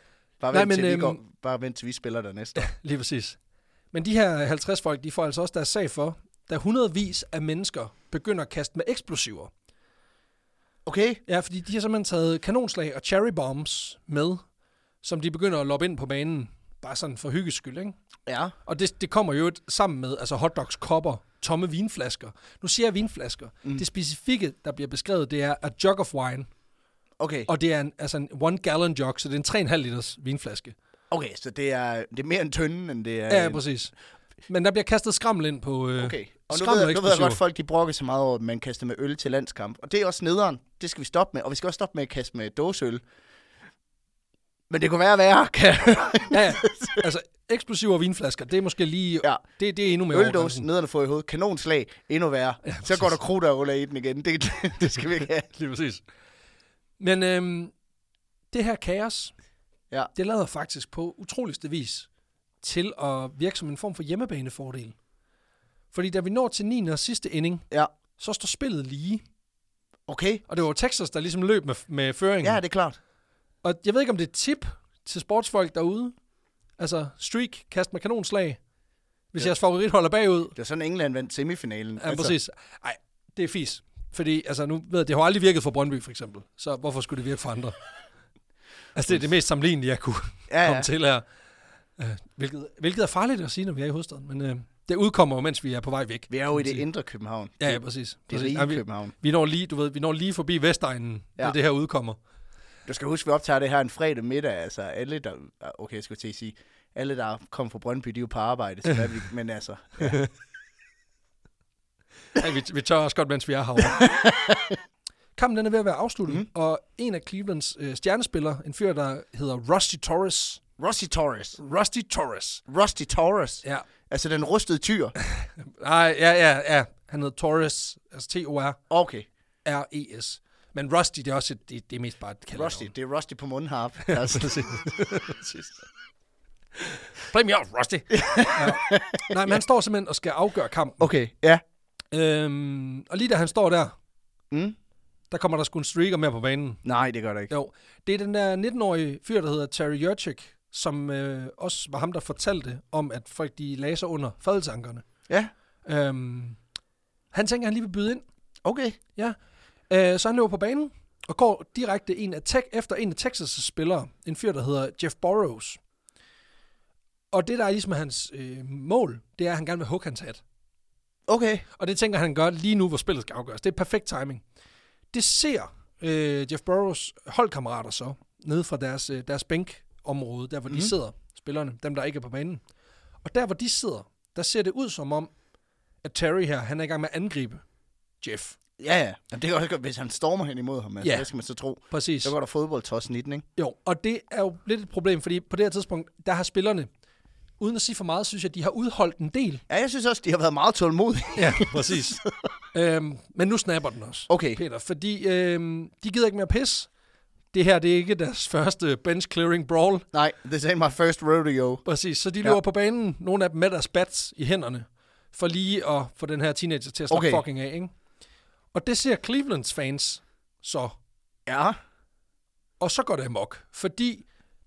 Bare vent til vi spiller der næste år. Lige præcis. Men de her 50 folk, de får altså også deres sag for, da hundredvis af mennesker begynder at kaste med eksplosiver. Okay. Ja, fordi de har simpelthen taget kanonslag og cherry bombs med, som de begynder at loppe ind på banen. Bare sådan for hygges skyld, ikke? Ja. Og det kommer jo sammen med altså hotdogs, kopper, tomme vinflasker. Nu siger jeg vinflasker. Det specifikke, der bliver beskrevet, det er a jug of wine. Okay. Og det er en 1 gallon jug, så det er en 3,5 liters vinflaske. Okay, så det er mere en tynde, end det er... Ja, præcis. Men der bliver kastet skrammel ind på... Okay. Og nu ved jeg godt, folk de brokker så meget over, at man kaster med øl til landskamp. Og det er også nederen. Det skal vi stoppe med. Og vi skal også stoppe med at kaste med dåseøl. Men det kunne være værre, kan ja, altså eksplosive vinflasker, det er måske lige... Ja. Det er endnu mere øldås, nederne får i hovedet. Kanonslag, endnu værre. Ja, så går der krudt og ruller i den igen. Det skal vi ikke have. Lige præcis. Men det her kaos, det lader faktisk på utroligste vis til at virke som en form for hjemmebanefordel. Fordi da vi når til 9. og sidste inning, så står spillet lige. Okay. Og det var Texas, der ligesom løb med føringen. Ja, det er klart. Og jeg ved ikke, om det er et tip til sportsfolk derude. Altså, streak, kast med kanonslag. Hvis jeres favorit holder bagud. Det er sådan, England vandt semifinalen. Ja, præcis. Ej, det er fis. Fordi, altså, nu ved jeg, det har aldrig virket for Brøndby, for eksempel. Så hvorfor skulle det virke for andre? Altså, det er det mest sammenlignelige, jeg kunne komme til her. Hvilket er farligt at sige, når vi er i hovedstaden. Men det udkommer jo, mens vi er på vej væk. Vi er jo i det indre København. Ja, præcis. Det er rige København. Vi når lige forbi Vestegnen, når det her udkommer. Du skal huske, vi optager det her en fredag middag. Altså, alle, der... Okay, jeg skulle til at sige... Alle, der kommer fra Brøndby, de er jo på arbejde. Så men altså... Ja. Ja, vi tør også godt, mens vi er herovre. Kampen den er ved at være afsluttet, og en af Clevelands stjernespillere, en fyr, der hedder Rusty Torres. Rusty Torres? Ja. Altså den rustede tyr? Nej, ja. Han hedder Torres, altså T-O-R. Okay. R-E-S. Men Rusty, det er også det er mest bare et kaldenavn. Rusty, det er Rusty på mundharp. Altså. Play me out, Rusty. Ja. Nej, men han står simpelthen og skal afgøre kampen. Okay, ja. Og lige da han står der, der kommer der sgu en streaker mere på banen. Nej, det gør der ikke. Jo, det er den der 19-årige fyr, der hedder Terry Jurczyk, som også var ham, der fortalte om, at folk de lagde sig under fadelsankerne. Ja. Han tænker, han lige vil byde ind. Okay. Ja. Så han løber på banen og går direkte efter en af Texas' spillere, en fyr, der hedder Jeff Burrows. Og det, der er ligesom hans mål, det er, at han gerne vil hugge hans hat. Okay. Og det tænker han gør lige nu, hvor spillet skal afgøres. Det er perfekt timing. Det ser Jeff Burrows holdkammerater så, nede fra deres bænkområde, der hvor de sidder, spillerne, dem der ikke er på banen. Og der hvor de sidder, der ser det ud som om, at Terry her, han er i gang med at angribe Jeff. Ja. Jamen, det kan også godt, hvis han stormer hen imod ham. Altså, hvad skal man så tro? Præcis. Så går der fodboldtossen i den, ikke? Jo, og det er jo lidt et problem, fordi på det her tidspunkt, der har spillerne, uden at sige for meget, synes jeg, de har udholdt en del. Ja, jeg synes også, de har været meget tålmodige. Ja, præcis. Men nu snapper den også, okay. Peter, fordi de gider ikke mere pis. Det her, det er ikke deres første bench clearing brawl. Nej, this ain't my first rodeo. Præcis, så de løber på banen, nogle af dem med deres bats i hænderne, for lige at få den her teenager til at slappe fucking af, ikke? Og det ser Clevelands fans så. Ja. Og så går det amok, fordi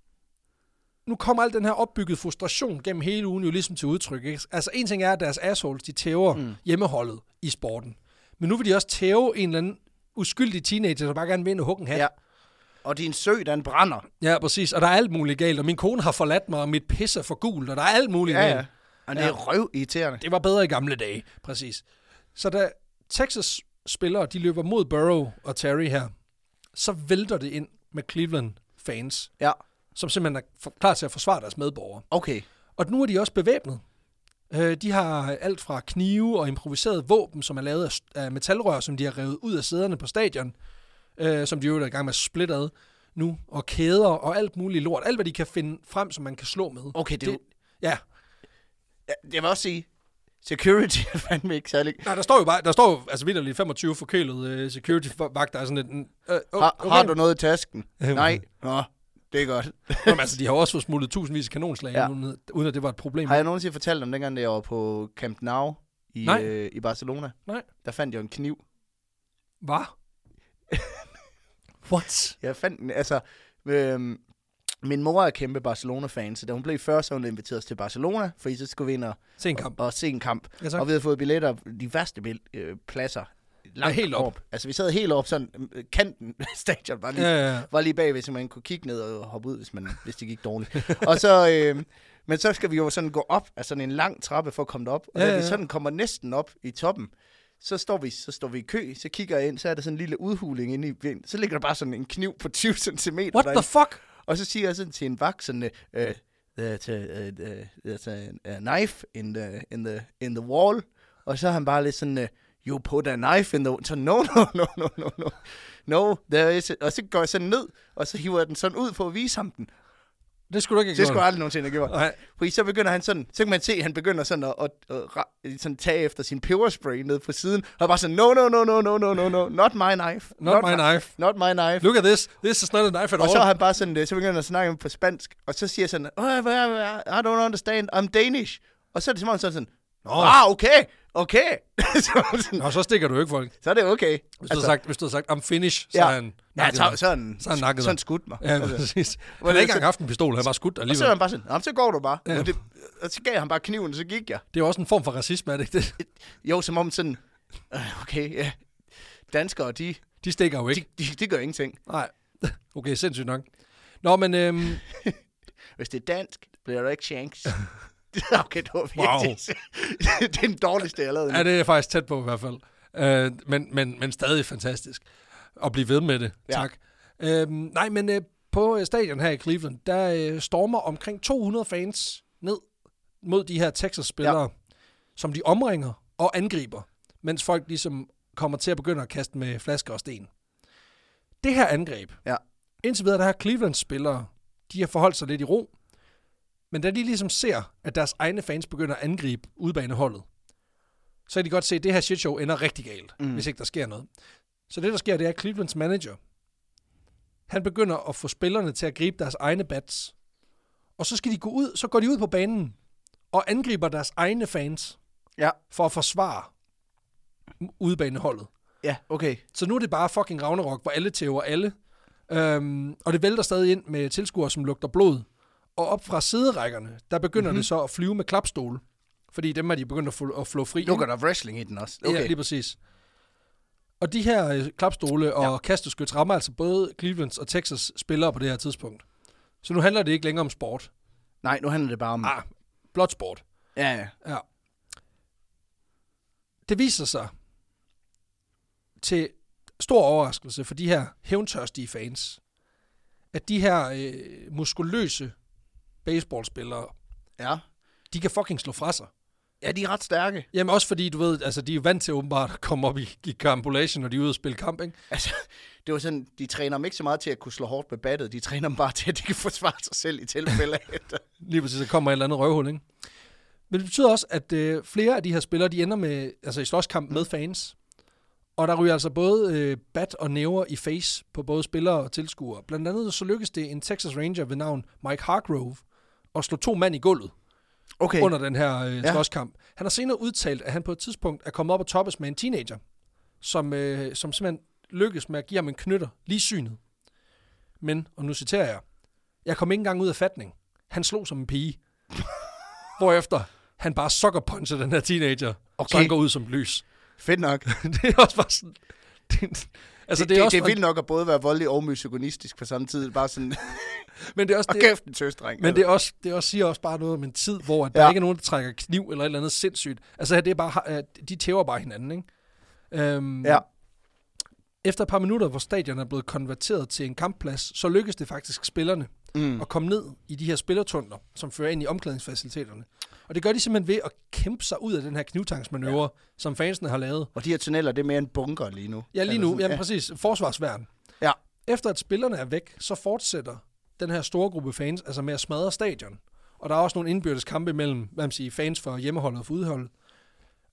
nu kommer al den her opbyggede frustration gennem hele ugen jo ligesom til udtryk, ikke? Altså en ting er, at deres assholes, de tæver hjemmeholdet i sporten. Men nu vil de også tæve en eller anden uskyldig teenager, der bare gerne vil ind og hugge en hat. Ja. Og din sø, den brænder. Ja, præcis. Og der er alt muligt galt. Og min kone har forladt mig, og mit pis er for gult. Og der er alt muligt galt. Ja. Og det er røvirriterende. Det var bedre i gamle dage. Præcis. Så da Texas spillere, de løber mod Burrow og Terry her, så vælter det ind med Cleveland-fans. Ja. Som simpelthen er klar til at forsvare deres medborgere. Okay. Og nu er de også bevæbnet. De har alt fra knive og improviseret våben, som er lavet af metalrør, som de har revet ud af sæderne på stadion, som de jo er i gang med at splitte ad nu, og kæder og alt muligt lort. Alt, hvad de kan finde frem, som man kan slå med. Okay, det Ja. Jeg vil også sige, Security er fandme ikke særlig. Nej, der står jo altså vitterligt 25 forkælede security-vagter. Sådan okay. Har du noget i tasken? Nej. Nå, det er godt. Jamen, altså, de har jo også fået smuglet tusindvis af kanonslag, uden at det var et problem. Har jeg nogensinde fortalt om dengang, jeg var på Camp Nou i Barcelona? Nej. Der fandt jeg en kniv. Hvad? What? Jeg fandt den, altså... min mor er kæmpe Barcelona-fan, så da hun blev først, så hun inviteret os til Barcelona, fordi så skulle vi ind og se en kamp. Ja, og vi havde fået billetter, de værste pladser, langt helt op. Altså vi sad helt op, sådan kanten af stadion var lige bagved, så man kunne kigge ned og hoppe ud, hvis det gik dårligt. Og så, men så skal vi jo sådan gå op af sådan en lang trappe for at komme op, og da vi sådan kommer næsten op i toppen, så står vi i kø, så kigger jeg ind, så er der sådan en lille udhuling inde i vinden, så ligger der bare sådan en kniv på 20 cm. What the fuck? Og så siger jeg sådan til en vagt sådan, there's a knife in the wall. Og så er han bare lidt sådan, you put a knife in the... Så no, there is... Og så går jeg sådan ned, og så hiver jeg den sådan ud for at vise ham den. Det skulle du ikke have gjort. Det skulle jeg aldrig nogensinde have gjort. Fordi så begynder han sådan, så kan man se, at han begynder sådan at sådan tage efter sin peberspray ned på siden, og bare sådan, no, not my knife. Not my knife. Look at this. This is not a knife at all. Og så er han bare sådan, så begynder han at snakke på spansk, og så siger sådan, I don't understand, I'm Danish. Og så er det som om sådan, okay. Så stikker du ikke folk. Så er det okay. Hvis du havde sagt, I'm Finnish, så er han sådan skudt mig. Ja, præcis. Han har ikke engang haft en pistol, han var skudt alligevel. Og så er han bare sådan, så går du bare. Ja. Og så gav han bare kniven, og så gik jeg. Det er også en form for racisme, er det ikke det? Jo, som om sådan, okay, ja. Danskere, de stikker jo ikke. De gør ingenting. Nej, okay, sindssygt nok. Nå, men... Hvis det er dansk, bliver der ikke chance. Okay, det var virkelig. Det er den dårligste, jeg lavede. Ja, det er faktisk tæt på i hvert fald. Men stadig fantastisk. At blive ved med det. Tak. Nej, men på stadion her i Cleveland, der stormer omkring 200 fans ned mod de her Texas-spillere, som de omringer og angriber, mens folk ligesom kommer til at begynde at kaste med flasker og sten. Det her angreb, indtil videre, der her Cleveland-spillere, de har forholdt sig lidt i ro, men da de ligesom ser, at deres egne fans begynder at angribe udbaneholdet, så kan de godt se, at det her shitshow ender rigtig galt, hvis ikke der sker noget. Så det, der sker, det er, at Clevelands manager, han begynder at få spillerne til at gribe deres egne bats. Og så skal de gå ud, så går de ud på banen og angriber deres egne fans for at forsvare udbaneholdet. Ja, okay. Så nu er det bare fucking Ragnarok, hvor alle tæver alle. Og det vælter stadig ind med tilskuere, som lugter blod. Og op fra siderækkerne, der begynder det så at flyve med klapstole. Fordi dem er de begyndt at flå fri. Nu går der wrestling i den også. Okay. Ja, lige præcis. Og de her klapstole og kasteskyts rammer altså både Clevelands og Texas spillere på det her tidspunkt. Så nu handler det ikke længere om sport. Nej, nu handler det bare om... blot sport. Ja. Det viser sig til stor overraskelse for de her hævntørstige fans, at de her muskuløse baseballspillere, de kan fucking slå fra sig. Ja, de er ret stærke. Jamen også fordi, du ved, altså de er jo vant til åbenbart at komme op i kampolation, når de er ude og spille kamp, ikke? Altså, det var sådan, de træner dem ikke så meget til at kunne slå hårdt med battet, de træner dem bare til, at de kan forsvare sig selv i tilfælde af det. Lige præcis, så kommer et eller andet røvhul, ikke? Men det betyder også, at flere af de her spillere, de ender med, altså i slåskamp med fans. Og der ryger altså både bat og næver i face på både spillere og tilskuere. Blandt andet så lykkes det en Texas Ranger ved navn Mike Hargrove at slå 2 mand i gulvet under den her slåskamp. Han har senere udtalt, at han på et tidspunkt er kommet op og toppes med en teenager, som simpelthen lykkes med at give ham en knytter lige synet. Men, og nu citerer jeg kom ikke engang ud af fatning. Han slog som en pige. Hvorefter han bare sucker puncher den her teenager, så han går ud som lys. Fedt nok. Det er også bare sådan... Det er vildt nok at både være voldelig og misogynistisk på samme tid. Bare sådan... Men det er også og kæft en tøsdreng. Men det siger også bare noget om en tid, hvor der ikke er nogen, der trækker kniv eller et eller andet sindssygt. Altså det er bare... De tæver bare hinanden, ikke? Efter et par minutter, hvor stadion er blevet konverteret til en kampplads, så lykkes det faktisk spillerne at komme ned i de her spillertunneler, som fører ind i omklædningsfaciliteterne. Og det gør de simpelthen ved at kæmpe sig ud af den her knivtangsmanøvre, som fansene har lavet. Og de her tunneller, det er mere en bunker lige nu. Ja, lige nu. Jamen præcis. Forsvarsværn. Ja. Efter at spillerne er væk, så fortsætter den her store gruppe fans altså med at smadre stadion. Og der er også nogle indbyrdes kampe mellem fans for hjemmeholdet og for udholdet.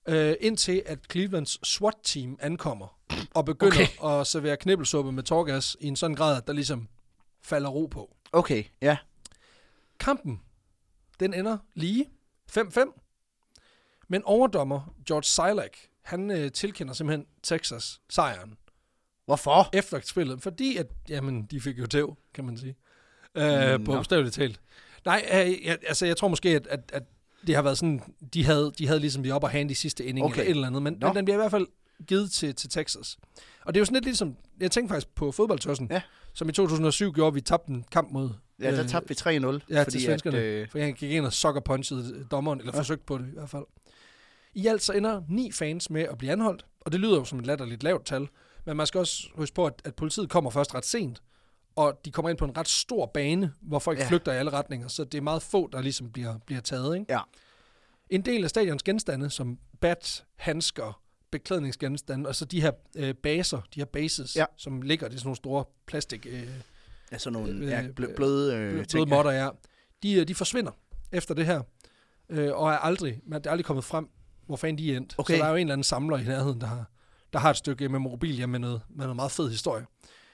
Indtil at Clevelands SWAT-team ankommer og begynder at servere knibbelsuppe med tårgas i en sådan grad, at der ligesom falder ro på. Okay, ja. Kampen, den ender lige 5-5, men overdommer George Silac, han tilkender simpelthen Texas sejren. Hvorfor? Efter spillet, fordi at, jamen, de fik jo tæv, kan man sige. På bogstaveligt talt. Nej, jeg tror måske, at det har været sådan, de havde ligesom lige op og hand i sidste inning eller et eller andet, men den bliver i hvert fald givet til Texas. Og det er jo sådan lidt ligesom, jeg tænkte faktisk på fodboldtørsen, som i 2007 gjorde, vi tabte en kamp mod... Ja, der tabte vi 3-0. Ja, til svenskerne, for jeg gik ind og sucker-punchede dommeren, eller forsøgte på det i hvert fald. I alt så ender 9 fans med at blive anholdt, og det lyder jo som et latterligt lavt tal, men man skal også huske på, at politiet kommer først ret sent, og de kommer ind på en ret stor bane, hvor folk flygter i alle retninger, så det er meget få, der ligesom bliver taget. Ikke? Ja. En del af stadions genstande, som bat, handsker, beklædningsgenstande, og så de her bases, som ligger, det er sådan nogle store plastik... sådan nogle bløde måtter, de forsvinder efter det her, og er aldrig kommet frem, hvor fanden de er endt. Okay. Så der er jo en eller anden samler i nærheden, der har et stykke memorabilia med noget meget fed historie.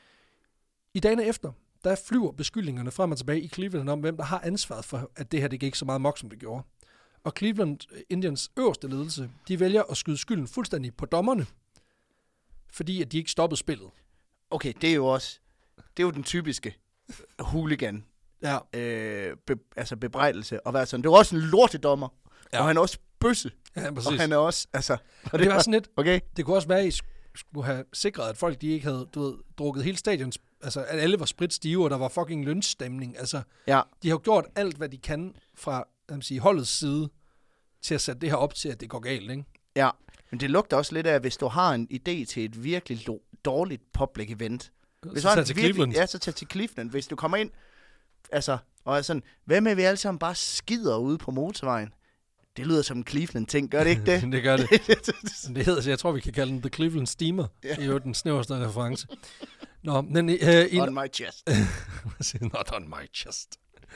I dagene efter, der flyver beskyldningerne frem og tilbage i Cleveland om, hvem der har ansvaret for, at det her det gik så meget mok, som det gjorde. Og Cleveland Indians øverste ledelse, de vælger at skyde skylden fuldstændig på dommerne, fordi at de ikke stoppede spillet. Okay, det er jo den typiske hooligan. Ja. Bebrejdelse. Og være sådan. Det var også en lortedommer. Ja. Og han er også bøsse. Ja, præcis. Og han er også, og det var sådan lidt, okay. Det kunne også være, at I skulle have sikret, at folk, de ikke havde, drukket hele stadions, altså at alle var spritstive, og der var fucking lynchstemning. Altså, de har gjort alt, hvad de kan fra holdets side, til at sætte det her op til, at det går galt, ikke? Ja, men det lugter også lidt af, at hvis du har en idé til et virkelig dårligt public event, så tager til Cleveland. Ja, så tager til Cleveland. Hvis du kommer ind, og er sådan, hvad med, vi alle sammen bare skider ude på motorvejen? Det lyder som en Cleveland-ting, gør det ikke det? Det gør det. Det hedder, jeg tror, vi kan kalde den The Cleveland Steamer. Det er jo den snæverste reference. Nå, men... on my chest. Not on my chest.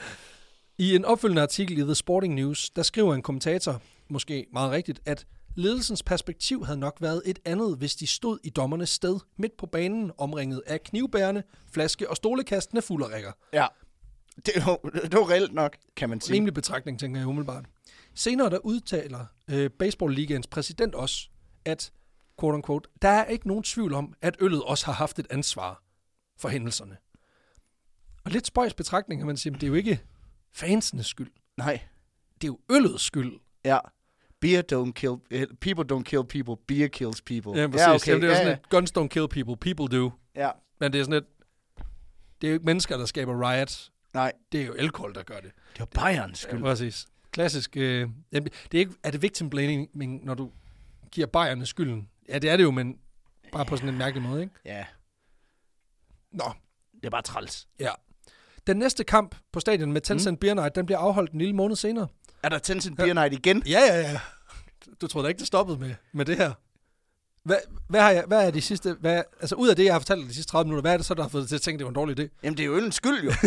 I en opfølgende artikel i The Sporting News, der skriver en kommentator, måske meget rigtigt, at ledelsens perspektiv havde nok været et andet, hvis de stod i dommernes sted, midt på banen, omringet af knivbærende, flaske- og stolekastende fulderikker. Ja, det er reelt nok, kan man sige. Rimelig betragtning, tænker jeg umiddelbart. Senere der udtaler Baseball-ligaens præsident også, at, quote unquote, der er ikke nogen tvivl om, at øllet også har haft et ansvar for hændelserne. Og lidt spøjs betragtning, kan man sige, det er jo ikke fansenes skyld. Nej. Det er jo øllets skyld. Ja. Beer don't kill... People don't kill people. Beer kills people. Ja, præcis. Ja, okay. Jamen, det er jo sådan et, guns don't kill people. People do. Ja. Men det er sådan et... Det er jo ikke mennesker, der skaber riot. Nej. Det er jo alkohol, der gør det. Det er Bayerns skyld. Ja, præcis. Klassisk... det er ikke... Er det victim blaming, når du giver Bayerne skylden? Ja, det er det jo, men bare på sådan en mærkelig måde, ikke? Ja. Nå. Det er bare træls. Ja. Den næste kamp på stadion med Tencent Beer Night, den bliver afholdt en lille måned senere. Er der Tencent Beer Night igen? Ja. Du troede da ikke, det stoppede med det her. Hvad er de sidste... altså ud af det, jeg har fortalt dig de sidste 30 minutter, hvad er det så, der har fået dig til at tænke, det var en dårlig idé? Jamen, det er jo ølens skyld, jo.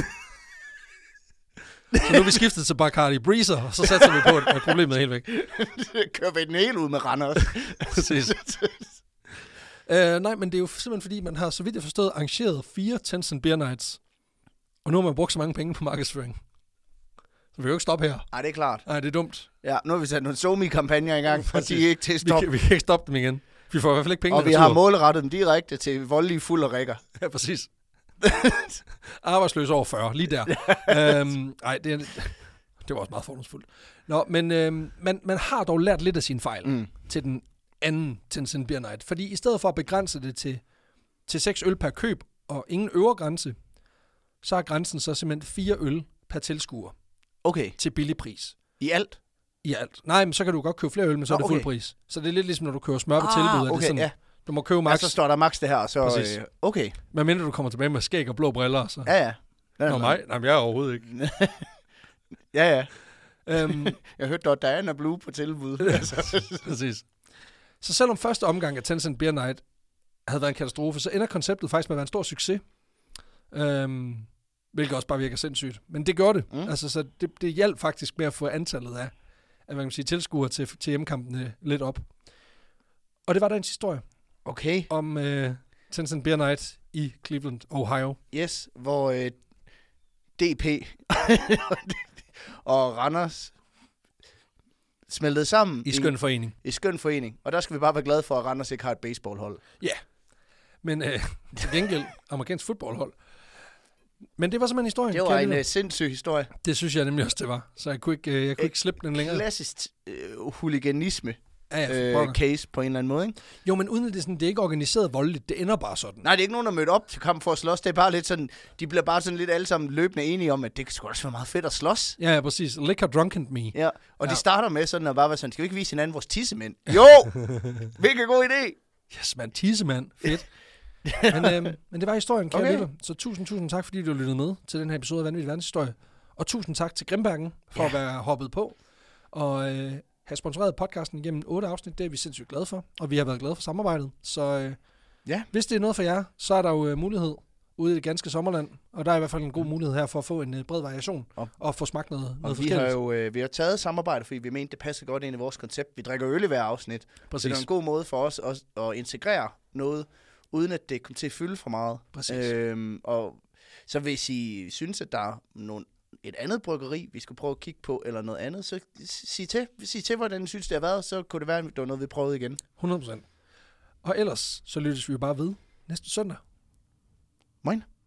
Så nu er vi skiftet til Bacardi Breezer, og så satser vi på, at problemet er helt væk. Kører vi den hele ud med Randers. Præcis. Nej, men det er jo simpelthen fordi, man har, så vidt jeg forstået, arrangeret 4 Tencent Beer Nights. Og nu har man brugt så mange penge på markedsføring. Så vi kan jo ikke stoppe her. Nej, det er klart. Nej, det er dumt. Ja, nu har vi sat nogle SoMe-kampagner i gang, og de er ikke til at stoppe. Vi kan ikke stoppe dem igen. Vi får i hvert fald ikke penge. Og vi har målrettet dem direkte til voldelige fulderikker. Ja, præcis. Arbejdsløs over 40, lige der. Nej, det var også meget fordomsfuldt. Nå, men man har dog lært lidt af sine fejl til den anden Tencent Beer Night. Fordi i stedet for at begrænse det til 6 øl per køb og ingen øvre grænse, så er grænsen så simpelthen 4 øl per tilskuer. Okay. Til billig pris. I alt? I alt. Nej, men så kan du godt købe flere øl, men så er det fuld pris. Så det er lidt ligesom, når du køber smør på tilbud. Okay, sådan, ja. Du må købe max. Ja, så står der max det her, så... okay. Men mindre du kommer tilbage med skæg og blå briller, så... Ja. Nå, mig? Nej, men jeg er overhovedet ikke. ja. Jeg hørte godt, Diana Blue på tilbud. Præcis. Så selvom første omgang af Tencent Beer Night havde været en katastrofe, så ender konceptet faktisk med at være en stor succes. Hvilket også bare virker sindssygt. Men det gjorde det. Altså, så det hjalp faktisk med at få antallet hvad kan man sige, tilskuere til hjemmekampene lidt op. Og det var dagens historie. Okay. Om 10 Beer Night i Cleveland, Ohio. Yes, hvor DP og Randers smeltede sammen. I skøn forening. I skøn forening. Og der skal vi bare være glade for, at Randers ikke har et baseballhold. Ja, men til gengæld amerikansk fodboldhold. Men det var simpelthen historien. Det var en sindssyg historie. Det synes jeg nemlig også, det var. Så jeg kunne ikke slippe den længere. Klassisk huliganisme. Ja, case på en eller anden måde, ikke? Jo, men uden at det er ikke organiseret voldeligt. Det ender bare sådan. Nej, det er ikke nogen, der mødte op til kampen for at slås. Det er bare lidt sådan, de bliver bare sådan lidt alle sammen løbende enige om, at det skulle også være meget fedt at slås. Ja, præcis. Liquor drunkened me. Ja, og de starter med sådan at bare være sådan, skal vi ikke vise hinanden vores tissemænd? Jo! Hvilken god idé! Yes, man, tissemand. Fedt. men det var historien, kære lytter. Så tusind tak, fordi du lyttede med til den her episode af Vanvittig Verdenshistorie. Og tusind tak til Grimbergen for at være hoppet på. Og have sponsoreret podcasten igennem 8 afsnit. Det er vi sindssygt glade for. Og vi har været glade for samarbejdet. Så hvis det er noget for jer, så er der jo mulighed ude i det ganske sommerland. Og der er i hvert fald en god mulighed her for at få en bred variation og få smagt noget forskelligt. Vi har taget samarbejde, fordi vi mente, det passer godt ind i vores koncept. Vi drikker øl i hver afsnit. Præcis. Så det er en god måde for os at integrere noget, uden at det kommer til at fylde for meget. Og så hvis I synes, at der er et andet bryggeri, vi skulle prøve at kigge på, eller noget andet, så sig til, hvordan I synes, det har været, så kunne det være, at det var noget, vi prøvede igen. 100%. Og ellers, så lyttes vi jo bare ved næste søndag. Moin.